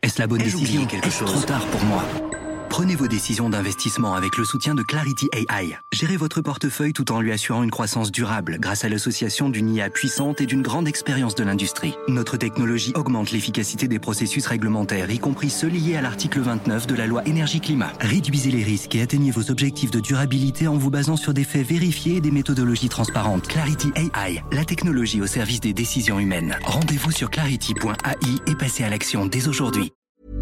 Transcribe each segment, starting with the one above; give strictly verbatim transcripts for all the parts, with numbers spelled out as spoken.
Est-ce la bonne Ai-je décision? oublié quelque Est-ce chose? trop tard pour moi? Prenez vos décisions d'investissement avec le soutien de Clarity A I. Gérez votre portefeuille tout en lui assurant une croissance durable grâce à l'association d'une I A puissante et d'une grande expérience de l'industrie. Notre technologie augmente l'efficacité des processus réglementaires, y compris ceux liés à l'article vingt-neuf de la loi énergie-climat. Réduisez les risques et atteignez vos objectifs de durabilité en vous basant sur des faits vérifiés et des méthodologies transparentes. Clarity A I, la technologie au service des décisions humaines. Rendez-vous sur clarity point A I et passez à l'action dès aujourd'hui.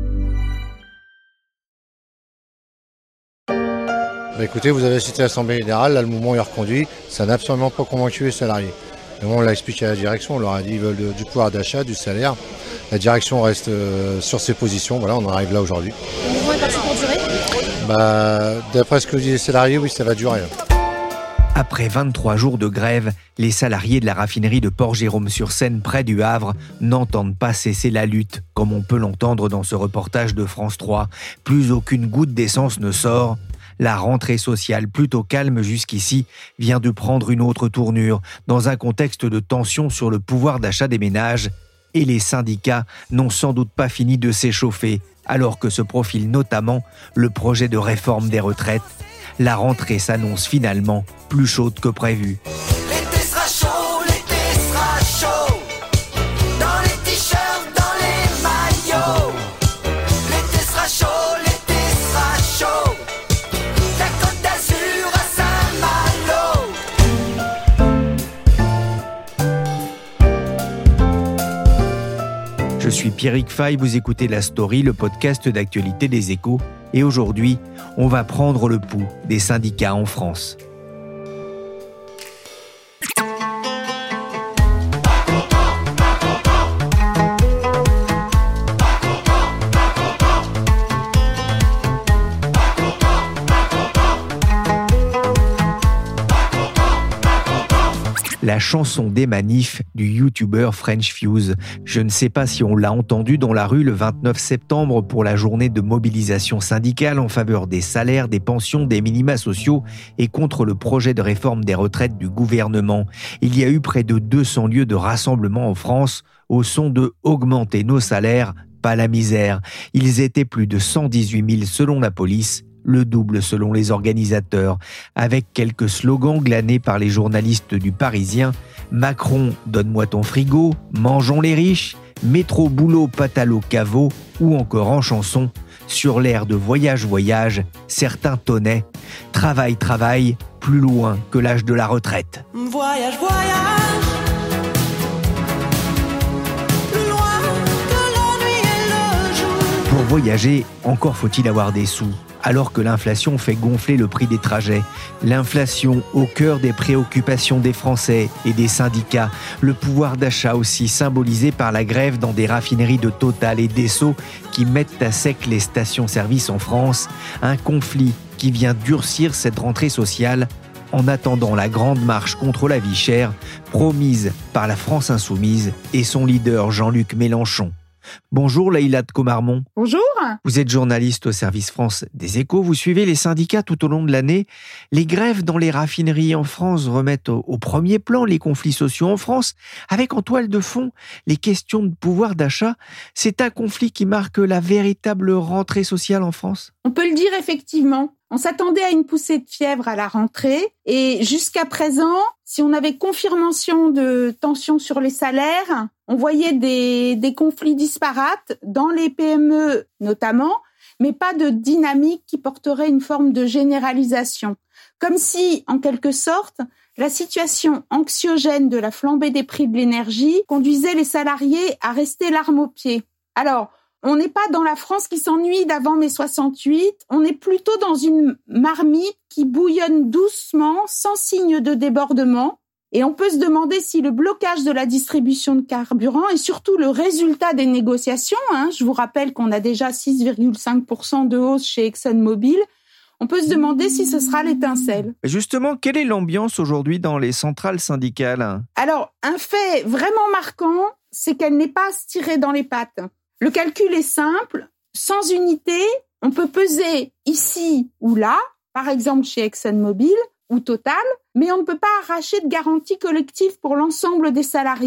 Bah écoutez, vous avez cité l'Assemblée générale, là le mouvement est reconduit, ça n'a absolument pas convaincu les salariés. Et on l'a expliqué à la direction, on leur a dit qu'ils veulent de, du pouvoir d'achat, du salaire. La direction reste euh, sur ses positions, voilà, on en arrive là aujourd'hui. Le mouvement est parti pour durer ? Bah, d'après ce que disent les salariés, oui, ça va durer. Après vingt-trois jours de grève, les salariés de la raffinerie de Port-Jérôme-sur-Seine, près du Havre, n'entendent pas cesser la lutte, comme on peut l'entendre dans ce reportage de France trois. Plus aucune goutte d'essence ne sort. La rentrée sociale, plutôt calme jusqu'ici, vient de prendre une autre tournure, dans un contexte de tension sur le pouvoir d'achat des ménages. Et les syndicats n'ont sans doute pas fini de s'échauffer, alors que se profile notamment le projet de réforme des retraites. La rentrée s'annonce finalement plus chaude que prévu. L'été sera chaud, l'été sera chaud. Dans les t-shirts, dans les maillots. L'été sera chaud, l'été sera chaud. La Côte d'Azur à Saint-Malo. Je suis Pierrick Fay, vous écoutez La Story, le podcast d'actualité des Échos. Et aujourd'hui, on va prendre le pouls des syndicats en France. La chanson des manifs du youtubeur French Fuse. Je ne sais pas si on l'a entendu dans la rue le vingt-neuf septembre pour la journée de mobilisation syndicale en faveur des salaires, des pensions, des minima sociaux et contre le projet de réforme des retraites du gouvernement. Il y a eu près de deux cents lieux de rassemblement en France au son de « Augmenter nos salaires, pas la misère ». Ils étaient plus de cent dix-huit mille selon la police, le double selon les organisateurs, avec quelques slogans glanés par les journalistes du Parisien. Macron, donne-moi ton frigo, mangeons les riches, métro, boulot, patalo, caveau, ou encore en chanson, sur l'air de Voyage, voyage, certains tonnaient « Travail, travail, plus loin que l'âge de la retraite ». Voyage, voyage. Plus loin que la nuit et le jour. Pour voyager, encore faut-il avoir des sous. Alors que l'inflation fait gonfler le prix des trajets. L'inflation au cœur des préoccupations des Français et des syndicats. Le pouvoir d'achat aussi symbolisé par la grève dans des raffineries de Total et d'Esso qui mettent à sec les stations-service en France. Un conflit qui vient durcir cette rentrée sociale en attendant la grande marche contre la vie chère promise par la France insoumise et son leader Jean-Luc Mélenchon. Bonjour Leïla de Comarmont. Bonjour. Vous êtes journaliste au service France des Échos. Vous suivez les syndicats tout au long de l'année. Les grèves dans les raffineries en France remettent au, au premier plan les conflits sociaux en France, avec en toile de fond les questions de pouvoir d'achat. C'est un conflit qui marque la véritable rentrée sociale en France. On peut le dire effectivement. On s'attendait à une poussée de fièvre à la rentrée et jusqu'à présent, si on avait confirmation de tensions sur les salaires, on voyait des, des conflits disparates dans les P M E notamment, mais pas de dynamique qui porterait une forme de généralisation. Comme si, en quelque sorte, la situation anxiogène de la flambée des prix de l'énergie conduisait les salariés à rester l'arme au pied. Alors, on n'est pas dans la France qui s'ennuie d'avant mai soixante-huit, on est plutôt dans une marmite qui bouillonne doucement, sans signe de débordement. Et on peut se demander si le blocage de la distribution de carburant et surtout le résultat des négociations, hein, je vous rappelle qu'on a déjà six virgule cinq pour cent de hausse chez ExxonMobil, on peut se demander si ce sera l'étincelle. Justement, quelle est l'ambiance aujourd'hui dans les centrales syndicales ? Alors, un fait vraiment marquant, c'est qu'elle n'est pas à se tirer dans les pattes. Le calcul est simple, sans unité, on peut peser ici ou là, par exemple chez ExxonMobil ou Total, mais on ne peut pas arracher de garantie collective pour l'ensemble des salariés.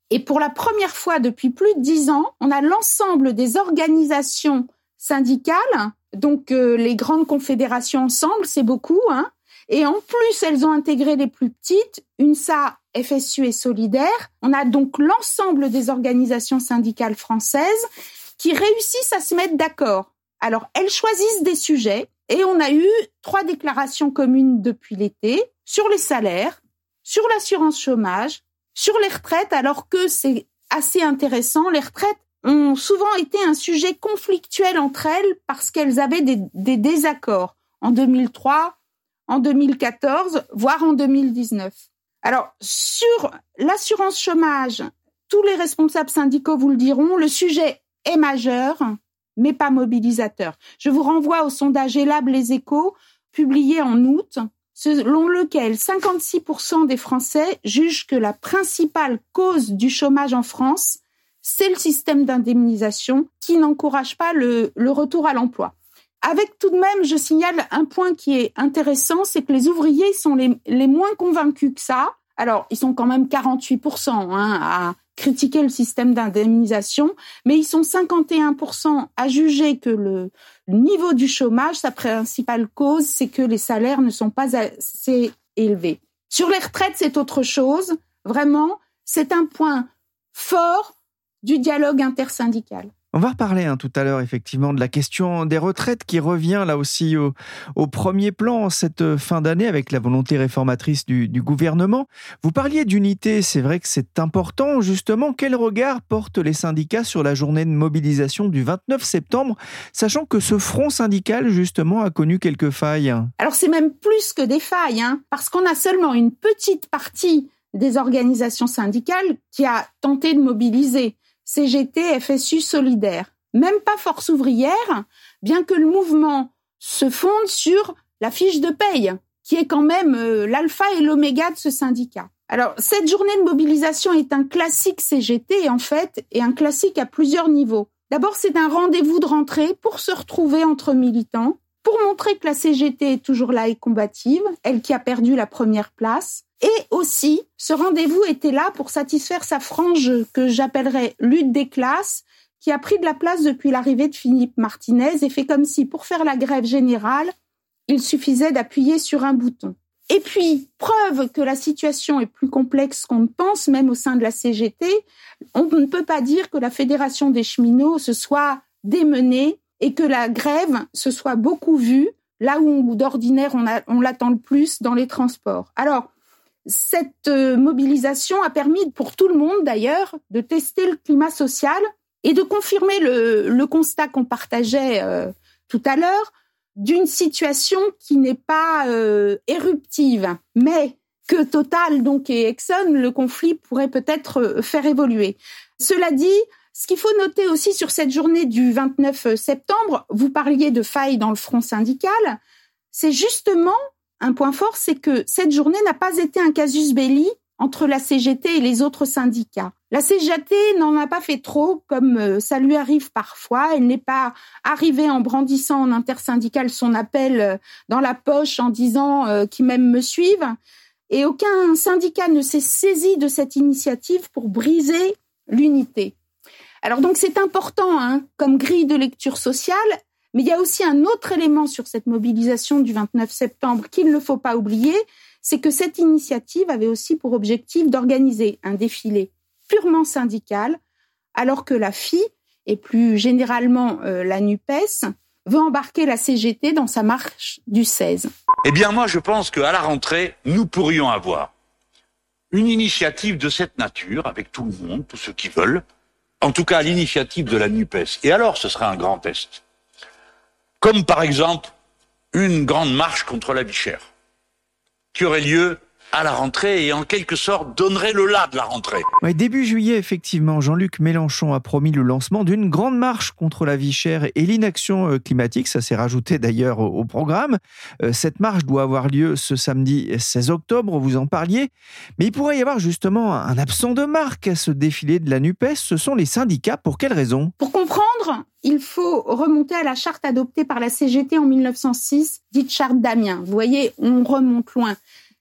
Et pour la première fois depuis plus de dix ans, on a l'ensemble des organisations syndicales, donc euh, les grandes confédérations ensemble, c'est beaucoup, hein. Et en plus, elles ont intégré les plus petites, UNSA, F S U et Solidaire. On a donc l'ensemble des organisations syndicales françaises qui réussissent à se mettre d'accord. Alors, elles choisissent des sujets et on a eu trois déclarations communes depuis l'été sur les salaires, sur l'assurance chômage, sur les retraites, alors que c'est assez intéressant. Les retraites ont souvent été un sujet conflictuel entre elles parce qu'elles avaient des, des désaccords en deux mille trois, en deux mille quatorze, voire en deux mille dix-neuf. Alors, sur l'assurance chômage, tous les responsables syndicaux vous le diront, le sujet est majeur, mais pas mobilisateur. Je vous renvoie au sondage Elab Les Échos, publié en août, selon lequel cinquante-six pour cent des Français jugent que la principale cause du chômage en France, c'est le système d'indemnisation qui n'encourage pas le, le retour à l'emploi. Avec tout de même, je signale un point qui est intéressant, c'est que les ouvriers sont les, les moins convaincus que ça. Alors, ils sont quand même quarante-huit pour cent hein, à critiquer le système d'indemnisation, mais ils sont cinquante et un pour cent à juger que le, le niveau du chômage, sa principale cause, c'est que les salaires ne sont pas assez élevés. Sur les retraites, c'est autre chose. Vraiment, c'est un point fort du dialogue intersyndical. On va reparler hein, tout à l'heure effectivement de la question des retraites qui revient là aussi au, au premier plan cette fin d'année avec la volonté réformatrice du, du gouvernement. Vous parliez d'unité, c'est vrai que c'est important. Justement, quel regard portent les syndicats sur la journée de mobilisation du vingt-neuf septembre, sachant que ce front syndical justement a connu quelques failles? Alors c'est même plus que des failles, hein, parce qu'on a seulement une petite partie des organisations syndicales qui a tenté de mobiliser. C G T, F S U, Solidaire. Même pas Force ouvrière, bien que le mouvement se fonde sur la fiche de paye, qui est quand même euh, l'alpha et l'oméga de ce syndicat. Alors, cette journée de mobilisation est un classique C G T, en fait, et un classique à plusieurs niveaux. D'abord, c'est un rendez-vous de rentrée pour se retrouver entre militants, pour montrer que la C G T est toujours là et combative, elle qui a perdu la première place. Et aussi, ce rendez-vous était là pour satisfaire sa frange que j'appellerais lutte des classes, qui a pris de la place depuis l'arrivée de Philippe Martinez et fait comme si, pour faire la grève générale, il suffisait d'appuyer sur un bouton. Et puis, preuve que la situation est plus complexe qu'on ne pense, même au sein de la C G T, on ne peut pas dire que la Fédération des cheminots se soit démenée et que la grève se soit beaucoup vue, là où d'ordinaire on, a, on l'attend le plus dans les transports. Alors, cette euh, mobilisation a permis pour tout le monde d'ailleurs de tester le climat social et de confirmer le, le constat qu'on partageait euh, tout à l'heure d'une situation qui n'est pas euh, éruptive, mais que Total donc et Exxon, le conflit pourrait peut-être faire évoluer. Cela dit, ce qu'il faut noter aussi sur cette journée du vingt-neuf septembre, vous parliez de failles dans le front syndical, c'est justement un point fort, c'est que cette journée n'a pas été un casus belli entre la C G T et les autres syndicats. La C G T n'en a pas fait trop, comme ça lui arrive parfois. Elle n'est pas arrivée en brandissant en intersyndical son appel dans la poche en disant euh, « qui m'aiment me suivent ». Et aucun syndicat ne s'est saisi de cette initiative pour briser l'unité. Alors donc c'est important hein, comme grille de lecture sociale. Mais il y a aussi un autre élément sur cette mobilisation du vingt-neuf septembre qu'il ne faut pas oublier, c'est que cette initiative avait aussi pour objectif d'organiser un défilé purement syndical, alors que la F I et plus généralement euh, la NUPES veut embarquer la C G T dans sa marche du seize. Eh bien moi je pense qu'à la rentrée, nous pourrions avoir une initiative de cette nature, avec tout le monde, tous ceux qui veulent, en tout cas à l'initiative de la NUPES. Et alors ce sera un grand test. Comme par exemple une grande marche contre la vie chère, qui aurait lieu à la rentrée et en quelque sorte donnerait le là de la rentrée. Ouais, début juillet, effectivement, Jean-Luc Mélenchon a promis le lancement d'une grande marche contre la vie chère et l'inaction climatique. Ça s'est rajouté d'ailleurs au programme. Cette marche doit avoir lieu ce samedi seize octobre, vous en parliez. Mais il pourrait y avoir justement un absent de marque à ce défilé de la NUPES. Ce sont les syndicats. Pour quelle raison ? Pour comprendre, il faut remonter à la charte adoptée par la C G T en mille neuf cent six, dite charte d'Amiens. Vous voyez, on remonte loin.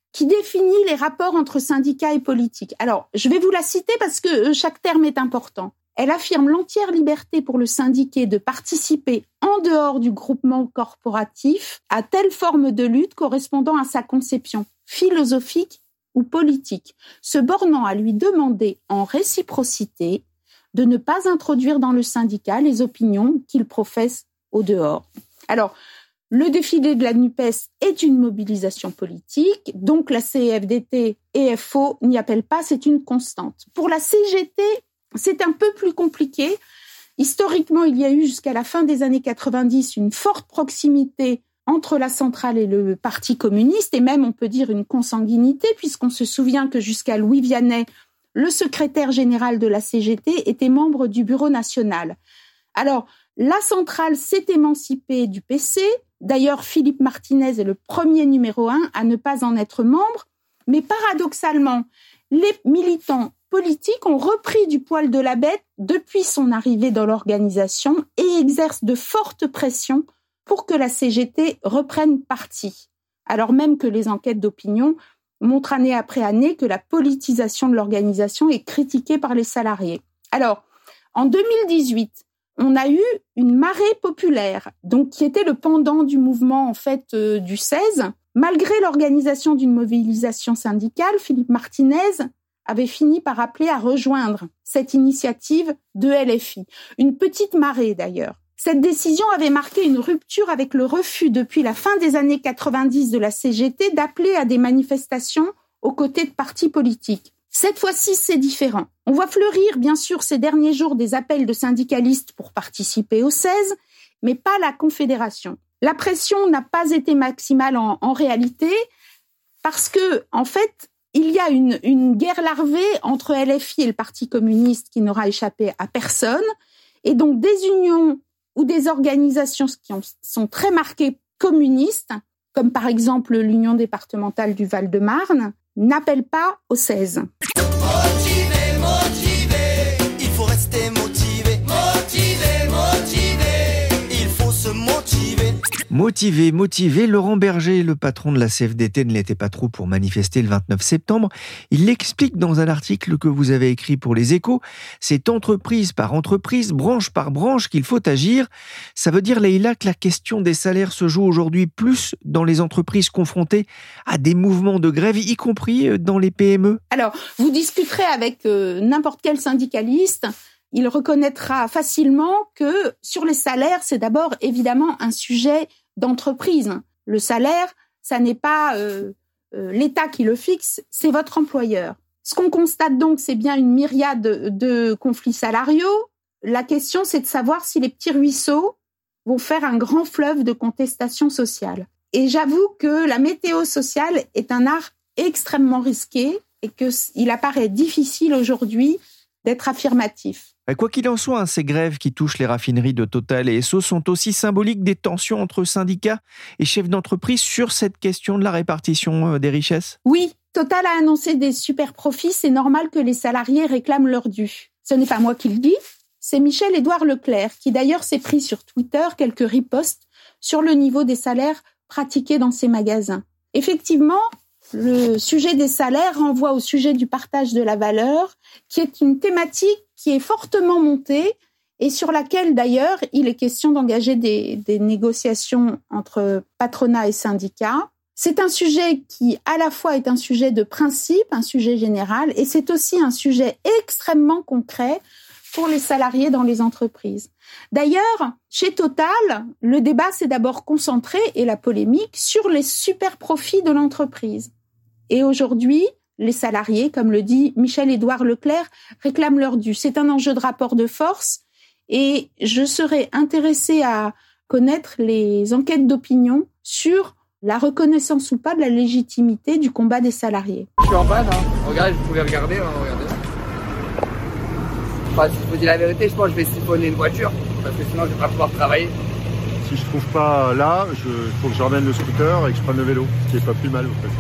qui définit les rapports entre syndicats et politiques. Alors, je vais vous la citer parce que chaque terme est important. Elle affirme l'entière liberté pour le syndiqué de participer en dehors du groupement corporatif à telle forme de lutte correspondant à sa conception philosophique ou politique, se bornant à lui demander en réciprocité de ne pas introduire dans le syndicat les opinions qu'il professe au dehors. Alors, le défilé de la NUPES est une mobilisation politique, donc la C F D T et F O n'y appellent pas, c'est une constante. Pour la C G T, c'est un peu plus compliqué. Historiquement, il y a eu jusqu'à la fin des années quatre-vingt-dix une forte proximité entre la centrale et le Parti communiste, et même on peut dire une consanguinité, puisqu'on se souvient que jusqu'à Louis Vianney, le secrétaire général de la C G T était membre du bureau national. Alors, la centrale s'est émancipée du P C. D'ailleurs, Philippe Martinez est le premier numéro un à ne pas en être membre. Mais paradoxalement, les militants politiques ont repris du poil de la bête depuis son arrivée dans l'organisation et exercent de fortes pressions pour que la C G T reprenne parti. Alors même que les enquêtes d'opinion montrent année après année que la politisation de l'organisation est critiquée par les salariés. Alors, en deux mille dix-huit, on a eu une marée populaire, donc qui était le pendant du mouvement en fait euh, du seize. Malgré l'organisation d'une mobilisation syndicale, Philippe Martinez avait fini par appeler à rejoindre cette initiative de L F I. Une petite marée d'ailleurs. Cette décision avait marqué une rupture avec le refus depuis la fin des années quatre-vingt-dix de la C G T d'appeler à des manifestations aux côtés de partis politiques. Cette fois-ci, c'est différent. On voit fleurir, bien sûr, ces derniers jours des appels de syndicalistes pour participer au seize, mais pas la Confédération. La pression n'a pas été maximale en, en réalité parce que, en fait, il y a une, une guerre larvée entre L F I et le Parti communiste qui n'aura échappé à personne. Et donc, des unions ou des organisations qui ont, sont très marquées communistes, comme par exemple l'Union départementale du Val-de-Marne, n'appellent pas au seize. Motivé, motivé, il faut rester motivé. Motivé, motivé, il faut se motiver. Motivé, motivé, Laurent Berger, le patron de la C F D T, ne l'était pas trop pour manifester le vingt-neuf septembre. Il l'explique dans un article que vous avez écrit pour Les Échos. C'est entreprise par entreprise, branche par branche qu'il faut agir. Ça veut dire, Leïla, que la question des salaires se joue aujourd'hui plus dans les entreprises confrontées à des mouvements de grève, y compris dans les P M E. Alors, vous discuterez avec euh, n'importe quel syndicaliste. Il reconnaîtra facilement que sur les salaires, c'est d'abord évidemment un sujet d'entreprise. Le salaire, ça n'est pas euh, euh, l'État qui le fixe, c'est votre employeur. Ce qu'on constate donc, c'est bien une myriade de, de conflits salariaux. La question, c'est de savoir si les petits ruisseaux vont faire un grand fleuve de contestation sociale. Et j'avoue que la météo sociale est un art extrêmement risqué et qu'il apparaît difficile aujourd'hui d'être affirmatif. Quoi qu'il en soit, ces grèves qui touchent les raffineries de Total et Esso sont aussi symboliques des tensions entre syndicats et chefs d'entreprise sur cette question de la répartition des richesses. Oui, Total a annoncé des super profits, c'est normal que les salariés réclament leur dû. Ce n'est pas moi qui le dis, c'est Michel-Édouard Leclerc qui d'ailleurs s'est pris sur Twitter quelques ripostes sur le niveau des salaires pratiqués dans ces magasins. Effectivement, le sujet des salaires renvoie au sujet du partage de la valeur, qui est une thématique qui est fortement montée et sur laquelle, d'ailleurs, il est question d'engager des, des négociations entre patronat et syndicats. C'est un sujet qui, à la fois, est un sujet de principe, un sujet général, et c'est aussi un sujet extrêmement concret pour les salariés dans les entreprises. D'ailleurs, chez Total, le débat s'est d'abord concentré, et la polémique, sur les super profits de l'entreprise. Et aujourd'hui, les salariés, comme le dit Michel-Édouard Leclerc, réclament leur dû. C'est un enjeu de rapport de force et je serais intéressée à connaître les enquêtes d'opinion sur la reconnaissance ou pas de la légitimité du combat des salariés. Je suis en panne, hein. Regardez, vous pouvez regarder, hein, regardez. Enfin, si je vous dis la vérité, je pense que je vais siphonner une voiture parce que sinon je vais pas pouvoir travailler. Si je trouve pas là, il faut que je ramène le scooter et que je prenne le vélo, ce qui est pas plus mal au passage.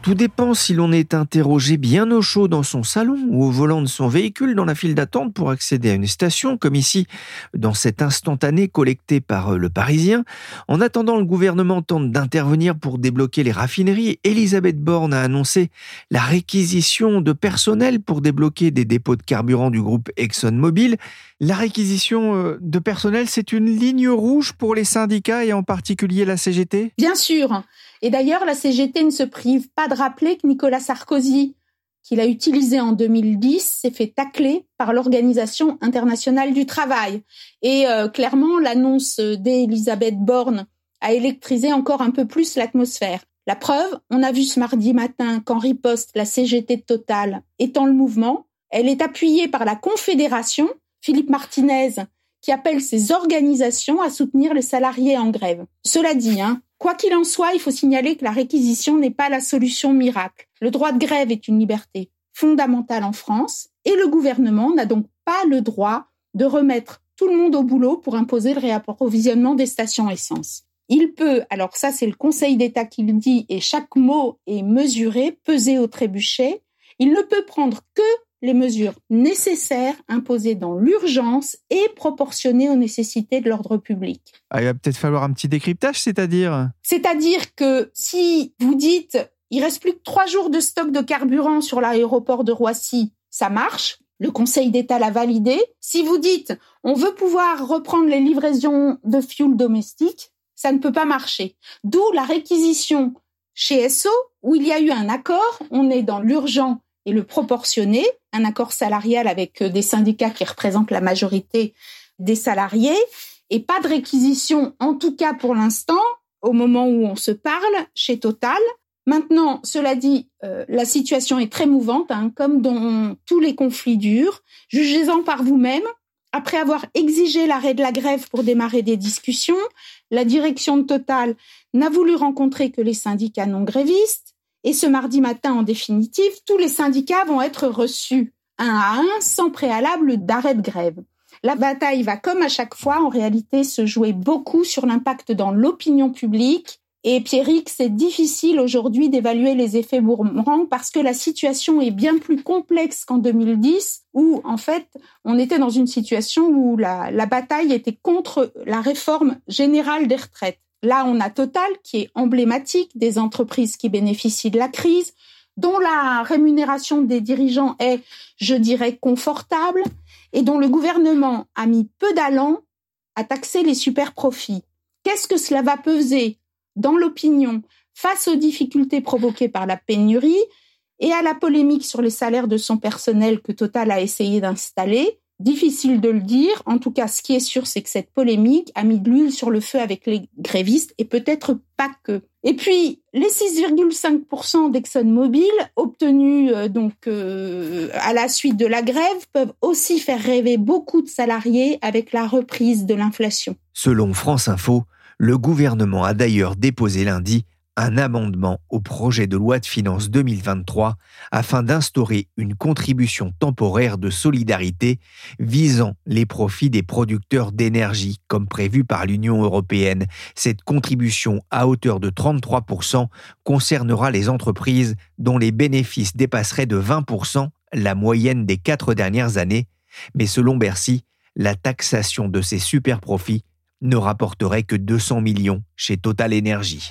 Tout dépend si l'on est interrogé bien au chaud dans son salon ou au volant de son véhicule dans la file d'attente pour accéder à une station, comme ici, dans cet instantané collecté par Le Parisien. En attendant, le gouvernement tente d'intervenir pour débloquer les raffineries. Elisabeth Borne a annoncé la réquisition de personnel pour débloquer des dépôts de carburant du groupe ExxonMobil. La réquisition de personnel, c'est une ligne rouge pour les syndicats et en particulier la C G T ? Bien sûr. Et d'ailleurs, la C G T ne se prive pas de rappeler que Nicolas Sarkozy, qu'il a utilisé en deux mille dix, s'est fait tacler par l'Organisation internationale du travail. Et euh, clairement, l'annonce d'Elisabeth Borne a électrisé encore un peu plus l'atmosphère. La preuve, on a vu ce mardi matin qu'en riposte, la C G T de Total étend le mouvement. Elle est appuyée par la Confédération, Philippe Martinez, qui appelle ces organisations à soutenir les salariés en grève. Cela dit, hein, quoi qu'il en soit, il faut signaler que la réquisition n'est pas la solution miracle. Le droit de grève est une liberté fondamentale en France et le gouvernement n'a donc pas le droit de remettre tout le monde au boulot pour imposer le réapprovisionnement des stations essence. Il peut, alors ça c'est le Conseil d'État qui le dit et chaque mot est mesuré, pesé au trébuchet, il ne peut prendre que les mesures nécessaires imposées dans l'urgence et proportionnées aux nécessités de l'ordre public. Ah, il va peut-être falloir un petit décryptage, c'est-à-dire ? C'est-à-dire que si vous dites « il reste plus que trois jours de stock de carburant sur l'aéroport de Roissy », ça marche, le Conseil d'État l'a validé. Si vous dites « on veut pouvoir reprendre les livraisons de fioul domestique », ça ne peut pas marcher. D'où la réquisition chez Esso, où il y a eu un accord, on est dans l'urgent et le proportionné, un accord salarial avec des syndicats qui représentent la majorité des salariés, et pas de réquisition, en tout cas pour l'instant, au moment où on se parle, chez Total. Maintenant, cela dit, euh, la situation est très mouvante, hein, comme dans tous les conflits durs. Jugez-en par vous-même. Après avoir exigé l'arrêt de la grève pour démarrer des discussions, la direction de Total n'a voulu rencontrer que les syndicats non grévistes. Et ce mardi matin, en définitive, tous les syndicats vont être reçus un à un, sans préalable d'arrêt de grève. La bataille va, comme à chaque fois, en réalité, se jouer beaucoup sur l'impact dans l'opinion publique. Et Pierrick, c'est difficile aujourd'hui d'évaluer les effets boomerang parce que la situation est bien plus complexe qu'en deux mille dix, où, en fait, on était dans une situation où la, la bataille était contre la réforme générale des retraites. Là, on a Total, qui est emblématique des entreprises qui bénéficient de la crise, dont la rémunération des dirigeants est, je dirais, confortable, et dont le gouvernement a mis peu d'allant à taxer les super-profits. Qu'est-ce que cela va peser dans l'opinion face aux difficultés provoquées par la pénurie et à la polémique sur les salaires de son personnel que Total a essayé d'installer? Difficile de le dire. En tout cas, ce qui est sûr, c'est que cette polémique a mis de l'huile sur le feu avec les grévistes et peut-être pas que. Et puis, les six virgule cinq pour cent d'ExxonMobil obtenus euh, donc euh, à la suite de la grève peuvent aussi faire rêver beaucoup de salariés avec la reprise de l'inflation. Selon France Info, le gouvernement a d'ailleurs déposé lundi un amendement au projet de loi de finances deux mille vingt-trois afin d'instaurer une contribution temporaire de solidarité visant les profits des producteurs d'énergie, comme prévu par l'Union européenne. Cette contribution à hauteur de trente-trois pour cent concernera les entreprises dont les bénéfices dépasseraient de vingt pour cent la moyenne des quatre dernières années. Mais selon Bercy, la taxation de ces super-profits ne rapporterait que deux cents millions chez Total Énergie.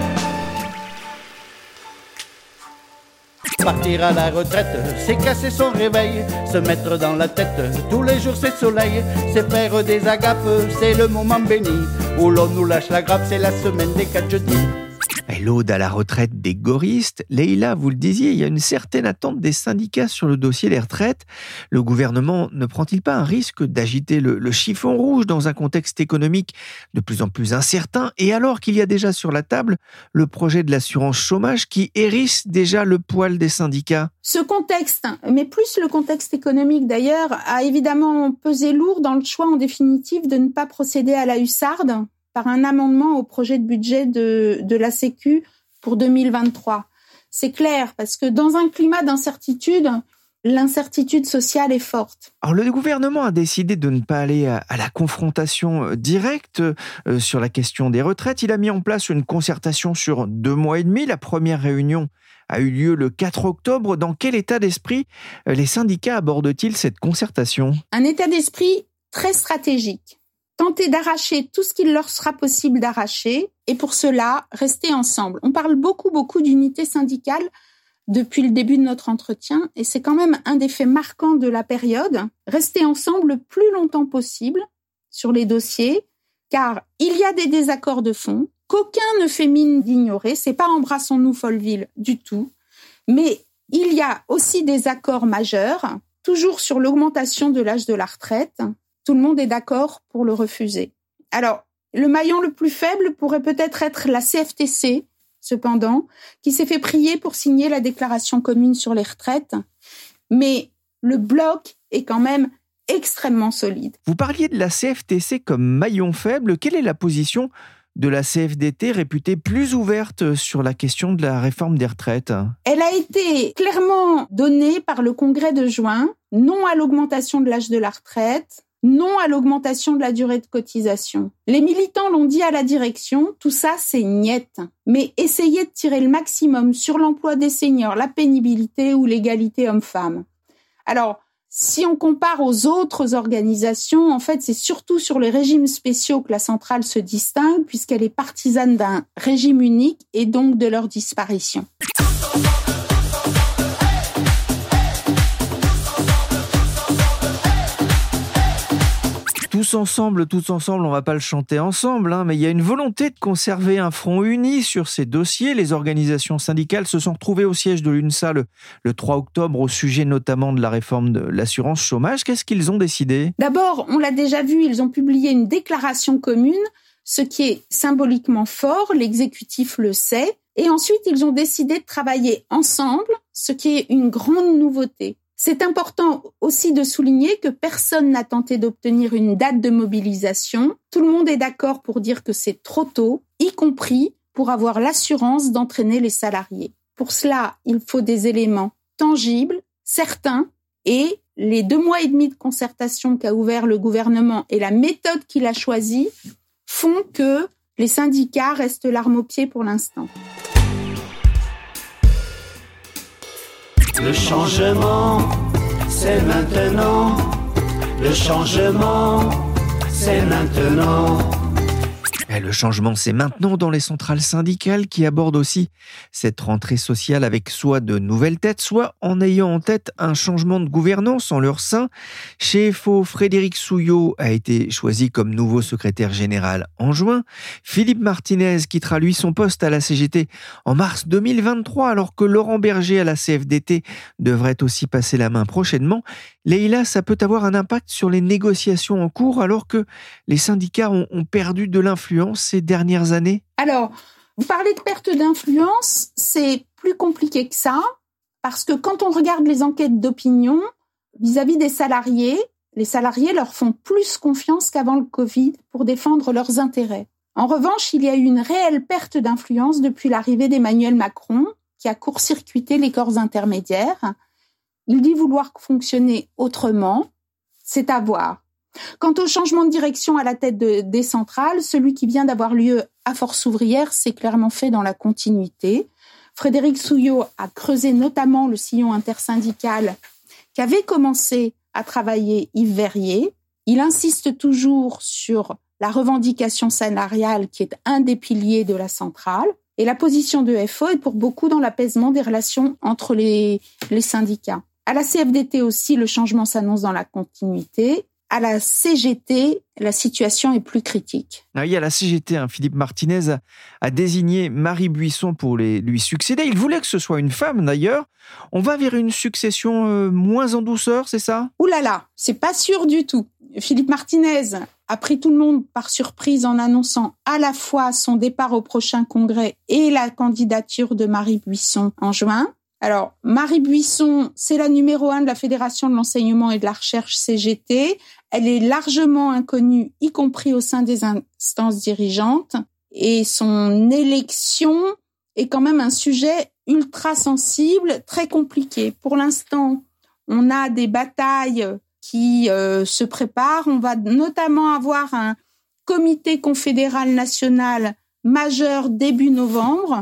Partir à la retraite, c'est casser son réveil, se mettre dans la tête, tous les jours c'est soleil, c'est faire des agapes, c'est le moment béni, où l'on nous lâche la grappe, c'est la semaine des quatre jeudis. L'aude à la retraite des goristes. Leïla, vous le disiez, il y a une certaine attente des syndicats sur le dossier des retraites. Le gouvernement ne prend-il pas un risque d'agiter le, le chiffon rouge dans un contexte économique de plus en plus incertain, et alors qu'il y a déjà sur la table le projet de l'assurance chômage qui hérisse déjà le poil des syndicats? Ce contexte, mais plus le contexte économique d'ailleurs, a évidemment pesé lourd dans le choix en définitive de ne pas procéder à la hussarde par un amendement au projet de budget de, de la Sécu pour deux mille vingt-trois. C'est clair, parce que dans un climat d'incertitude, l'incertitude sociale est forte. Alors le gouvernement a décidé de ne pas aller à, à la confrontation directe euh, sur la question des retraites. Il a mis en place une concertation sur deux mois et demi. La première réunion a eu lieu le quatre octobre. Dans quel état d'esprit les syndicats abordent-ils cette concertation ? Un état d'esprit très stratégique. Tenter d'arracher tout ce qu'il leur sera possible d'arracher et pour cela, rester ensemble. On parle beaucoup, beaucoup d'unité syndicale depuis le début de notre entretien et c'est quand même un des faits marquants de la période. Rester ensemble le plus longtemps possible sur les dossiers car il y a des désaccords de fond qu'aucun ne fait mine d'ignorer. C'est pas embrassons-nous Folleville du tout. Mais il y a aussi des accords majeurs, toujours sur l'augmentation de l'âge de la retraite. Tout le monde est d'accord pour le refuser. Alors, le maillon le plus faible pourrait peut-être être la C F T C, cependant, qui s'est fait prier pour signer la déclaration commune sur les retraites. Mais le bloc est quand même extrêmement solide. Vous parliez de la C F T C comme maillon faible. Quelle est la position de la C F D T réputée plus ouverte sur la question de la réforme des retraites ? Elle a été clairement donnée par le congrès de juin, non à l'augmentation de l'âge de la retraite, non à l'augmentation de la durée de cotisation. Les militants l'ont dit à la direction, tout ça c'est niette. Mais essayez de tirer le maximum sur l'emploi des seniors, la pénibilité ou l'égalité homme-femme. Alors, si on compare aux autres organisations, en fait, c'est surtout sur les régimes spéciaux que la centrale se distingue, puisqu'elle est partisane d'un régime unique et donc de leur disparition. Tous ensemble, tous ensemble, on va pas le chanter ensemble, hein, mais il y a une volonté de conserver un front uni sur ces dossiers. Les organisations syndicales se sont retrouvées au siège de l'UNSA le, le trois octobre au sujet notamment de la réforme de l'assurance chômage. Qu'est-ce qu'ils ont décidé ? D'abord, on l'a déjà vu, ils ont publié une déclaration commune, ce qui est symboliquement fort, l'exécutif le sait. Et ensuite, ils ont décidé de travailler ensemble, ce qui est une grande nouveauté. C'est important aussi de souligner que personne n'a tenté d'obtenir une date de mobilisation. Tout le monde est d'accord pour dire que c'est trop tôt, y compris pour avoir l'assurance d'entraîner les salariés. Pour cela, il faut des éléments tangibles, certains, et les deux mois et demi de concertation qu'a ouvert le gouvernement et la méthode qu'il a choisie font que les syndicats restent l'arme au pied pour l'instant. Le changement, c'est maintenant. Le changement, c'est maintenant. Le changement, c'est maintenant dans les centrales syndicales qui abordent aussi cette rentrée sociale avec soit de nouvelles têtes, soit en ayant en tête un changement de gouvernance en leur sein. Chez F O, Frédéric Souillot a été choisi comme nouveau secrétaire général en juin. Philippe Martinez quittera lui son poste à la C G T en mars deux mille vingt-trois, alors que Laurent Berger à la C F D T devrait aussi passer la main prochainement. Leïla, ça peut avoir un impact sur les négociations en cours alors que les syndicats ont, ont perdu de l'influence ces dernières années ? Alors, vous parlez de perte d'influence, c'est plus compliqué que ça, parce que quand on regarde les enquêtes d'opinion vis-à-vis des salariés, les salariés leur font plus confiance qu'avant le Covid pour défendre leurs intérêts. En revanche, il y a eu une réelle perte d'influence depuis l'arrivée d'Emmanuel Macron, qui a court-circuité les corps intermédiaires. Il dit vouloir fonctionner autrement, c'est à voir. Quant au changement de direction à la tête de, des centrales, celui qui vient d'avoir lieu à Force ouvrière s'est clairement fait dans la continuité. Frédéric Souillot a creusé notamment le sillon intersyndical qu'avait commencé à travailler Yves Verrier. Il insiste toujours sur la revendication salariale qui est un des piliers de la centrale. Et la position de F O est pour beaucoup dans l'apaisement des relations entre les, les syndicats. À la C F D T aussi, le changement s'annonce dans la continuité. À la C G T, la situation est plus critique. Ah oui, à la C G T, hein, Philippe Martinez a, a désigné Marie Buisson pour les, lui succéder. Il voulait que ce soit une femme, d'ailleurs. On va vers une succession euh, moins en douceur, c'est ça ? Ouh là là, c'est pas sûr du tout. Philippe Martinez a pris tout le monde par surprise en annonçant à la fois son départ au prochain congrès et la candidature de Marie Buisson en juin. Alors, Marie Buisson, c'est la numéro un de la Fédération de l'enseignement et de la recherche C G T. Elle est largement inconnue, y compris au sein des instances dirigeantes. Et son élection est quand même un sujet ultra sensible, très compliqué. Pour l'instant, on a des batailles qui euh, se préparent. On va notamment avoir un comité confédéral national majeur début novembre,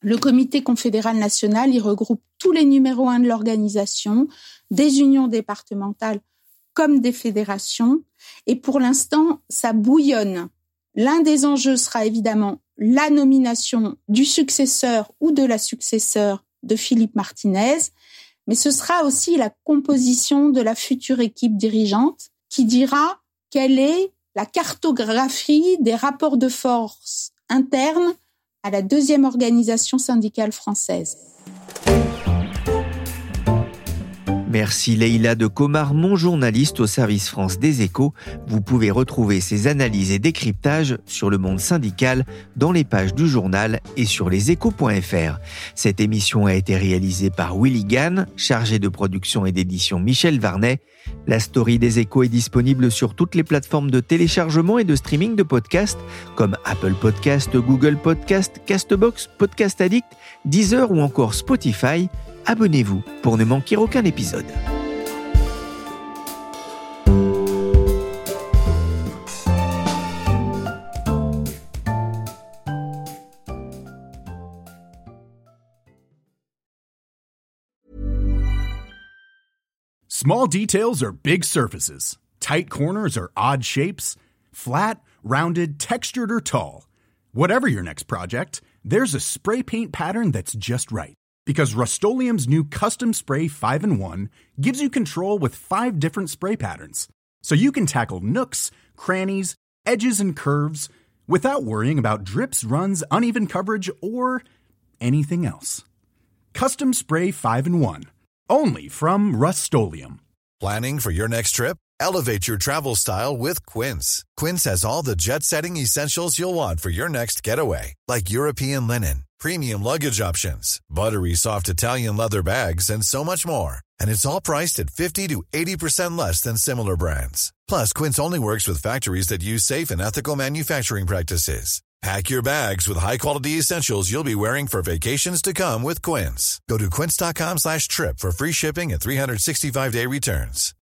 Le comité confédéral national, il regroupe tous les numéros un de l'organisation, des unions départementales comme des fédérations. Et pour l'instant, ça bouillonne. L'un des enjeux sera évidemment la nomination du successeur ou de la successeur de Philippe Martinez, mais ce sera aussi la composition de la future équipe dirigeante qui dira quelle est la cartographie des rapports de force internes à la deuxième organisation syndicale française. Merci Leïla de Comarmont, journaliste au service France des Échos. Vous pouvez retrouver ces analyses et décryptages sur le monde syndical dans les pages du journal et sur leséchos point f r. Cette émission a été réalisée par Willy Gann, chargé de production et d'édition Michel Varnet. La story des Échos est disponible sur toutes les plateformes de téléchargement et de streaming de podcasts comme Apple Podcast, Google Podcast, Castbox, Podcast Addict, Deezer ou encore Spotify. Abonnez-vous pour ne manquer aucun épisode. Small details are big surfaces. Tight corners are odd shapes. Flat, rounded, textured, or tall. Whatever your next project, there's a spray paint pattern that's just right. Because Rust-Oleum's new Custom Spray five in one gives you control with five different spray patterns. So you can tackle nooks, crannies, edges, and curves without worrying about drips, runs, uneven coverage, or anything else. Custom Spray five in one. Only from Rust-Oleum. Planning for your next trip? Elevate your travel style with Quince. Quince has all the jet-setting essentials you'll want for your next getaway. Like European linen, premium luggage options, buttery soft Italian leather bags, and so much more. And it's all priced at fifty to eighty percent less than similar brands. Plus, Quince only works with factories that use safe and ethical manufacturing practices. Pack your bags with high-quality essentials you'll be wearing for vacations to come with Quince. Go to quince.com slash trip for free shipping and three sixty-five day returns.